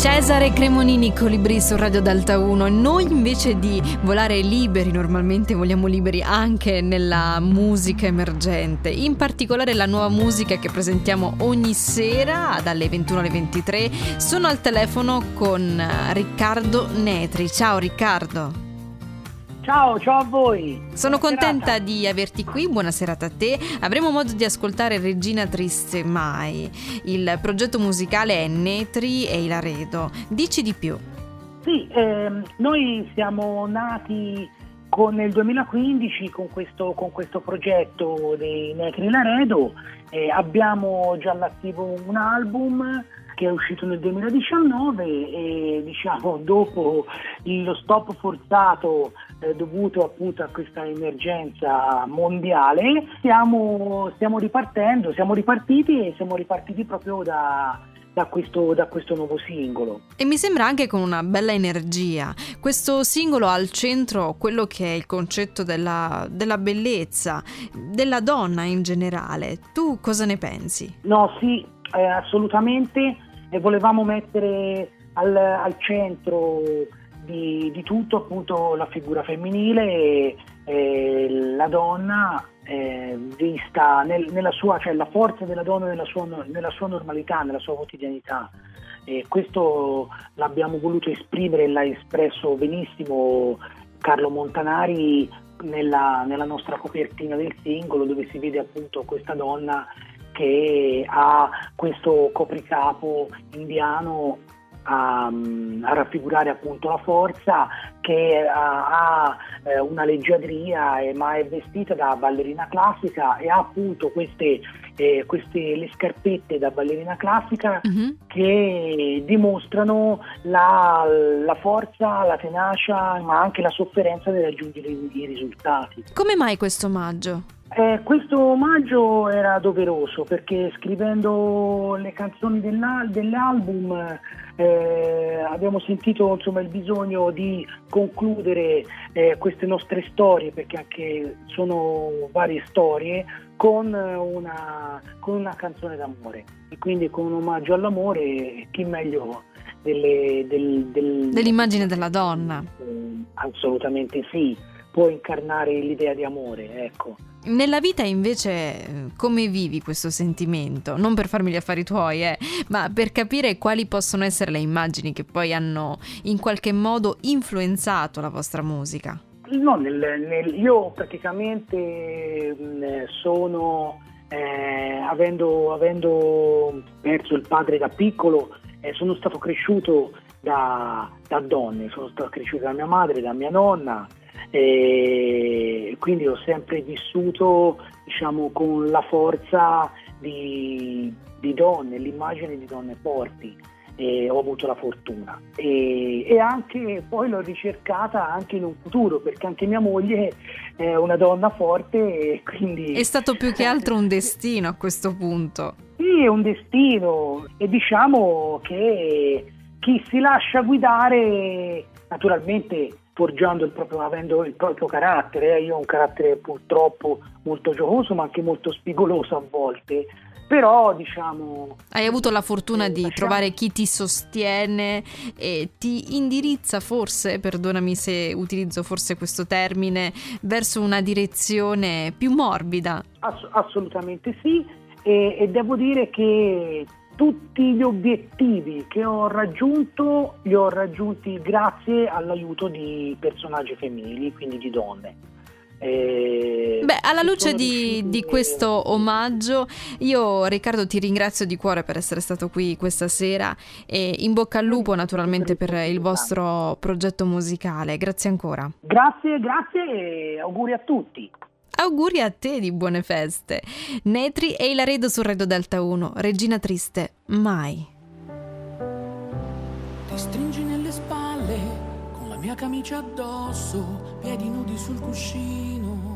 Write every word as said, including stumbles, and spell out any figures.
Cesare Cremonini, Colibrì su Radio Delta uno. Noi invece di volare liberi, normalmente voliamo liberi anche nella musica emergente, in particolare la nuova musica che presentiamo ogni sera dalle ventuno alle ventitré. Sono al telefono con Riccardo Netri. Ciao Riccardo. Ciao, ciao a voi. Sono Buona contenta serata. di averti qui, buona serata a te. Avremo modo di ascoltare Regina Triste Mai. Il progetto musicale è Netri e Ilaredo. Dici di più. Sì, ehm, noi siamo nati con nel duemilaquindici con questo, con questo progetto dei Netri e Ilaredo. Eh, abbiamo già all'attivo un album che è uscito nel duemiladiciannove e diciamo dopo lo stop forzato eh, dovuto appunto a questa emergenza mondiale stiamo, stiamo ripartendo, siamo ripartiti e siamo ripartiti proprio da, da, questo, da questo nuovo singolo. E mi sembra anche con una bella energia. Questo singolo ha al centro quello che è il concetto della, della bellezza, della donna in generale. Tu cosa ne pensi? No, sì, eh, assolutamente. E volevamo mettere al, al centro di, di tutto appunto la figura femminile e, e la donna eh, vista nel, nella sua, cioè la forza della donna nella sua, nella sua normalità, nella sua quotidianità. E questo l'abbiamo voluto esprimere, l'ha espresso benissimo Carlo Montanari nella, nella nostra copertina del singolo, dove si vede appunto questa donna che ha questo copricapo indiano a, a raffigurare appunto la forza, che ha, ha eh, una leggiadria eh, ma è vestita da ballerina classica e ha appunto queste, eh, queste le scarpette da ballerina classica uh-huh. che dimostrano la, la forza, la tenacia ma anche la sofferenza nel raggiungere i, i risultati. Come mai questo omaggio? Eh, questo omaggio era doveroso perché scrivendo le canzoni dell'al- dell'album eh, abbiamo sentito insomma il bisogno di concludere eh, queste nostre storie, perché anche sono varie storie, con una, con una canzone d'amore e quindi con un omaggio all'amore. Chi meglio delle, del, del, dell'immagine della donna? Eh, assolutamente sì, può incarnare l'idea di amore, ecco. Nella vita invece come vivi questo sentimento? Non per farmi gli affari tuoi, eh, ma per capire quali possono essere le immagini che poi hanno in qualche modo influenzato la vostra musica. No, nel, nel, io praticamente mh, sono, eh, avendo, avendo perso il padre da piccolo, eh, sono stato cresciuto da, da donne, sono stato cresciuto da mia madre, da mia nonna, e quindi ho sempre vissuto diciamo con la forza di, di donne, l'immagine di donne forti, e ho avuto la fortuna e, e anche poi l'ho ricercata anche in un futuro, perché anche mia moglie è una donna forte e quindi è stato più che altro un destino a questo punto. Sì, è un destino e diciamo che chi si lascia guidare naturalmente forgiando il proprio, avendo il proprio carattere, eh. Io ho un carattere purtroppo molto giocoso ma anche molto spigoloso a volte, però diciamo hai avuto la fortuna eh, di lasciamo... trovare chi ti sostiene e ti indirizza, forse, perdonami se utilizzo forse questo termine, verso una direzione più morbida. Ass- assolutamente sì, e, e devo dire che tutti gli obiettivi che ho raggiunto li ho raggiunti grazie all'aiuto di personaggi femminili, quindi di donne. Eh, Beh, alla luce di, di questo omaggio, io Riccardo ti ringrazio di cuore per essere stato qui questa sera e in bocca al lupo naturalmente per il vostro progetto musicale. Grazie ancora. Grazie, grazie e auguri a tutti. Auguri a te di buone feste. Netri e Ilaredo su Radio Delta uno. Regina Triste Mai. Ti stringi nelle spalle con la mia camicia addosso, piedi nudi sul cuscino.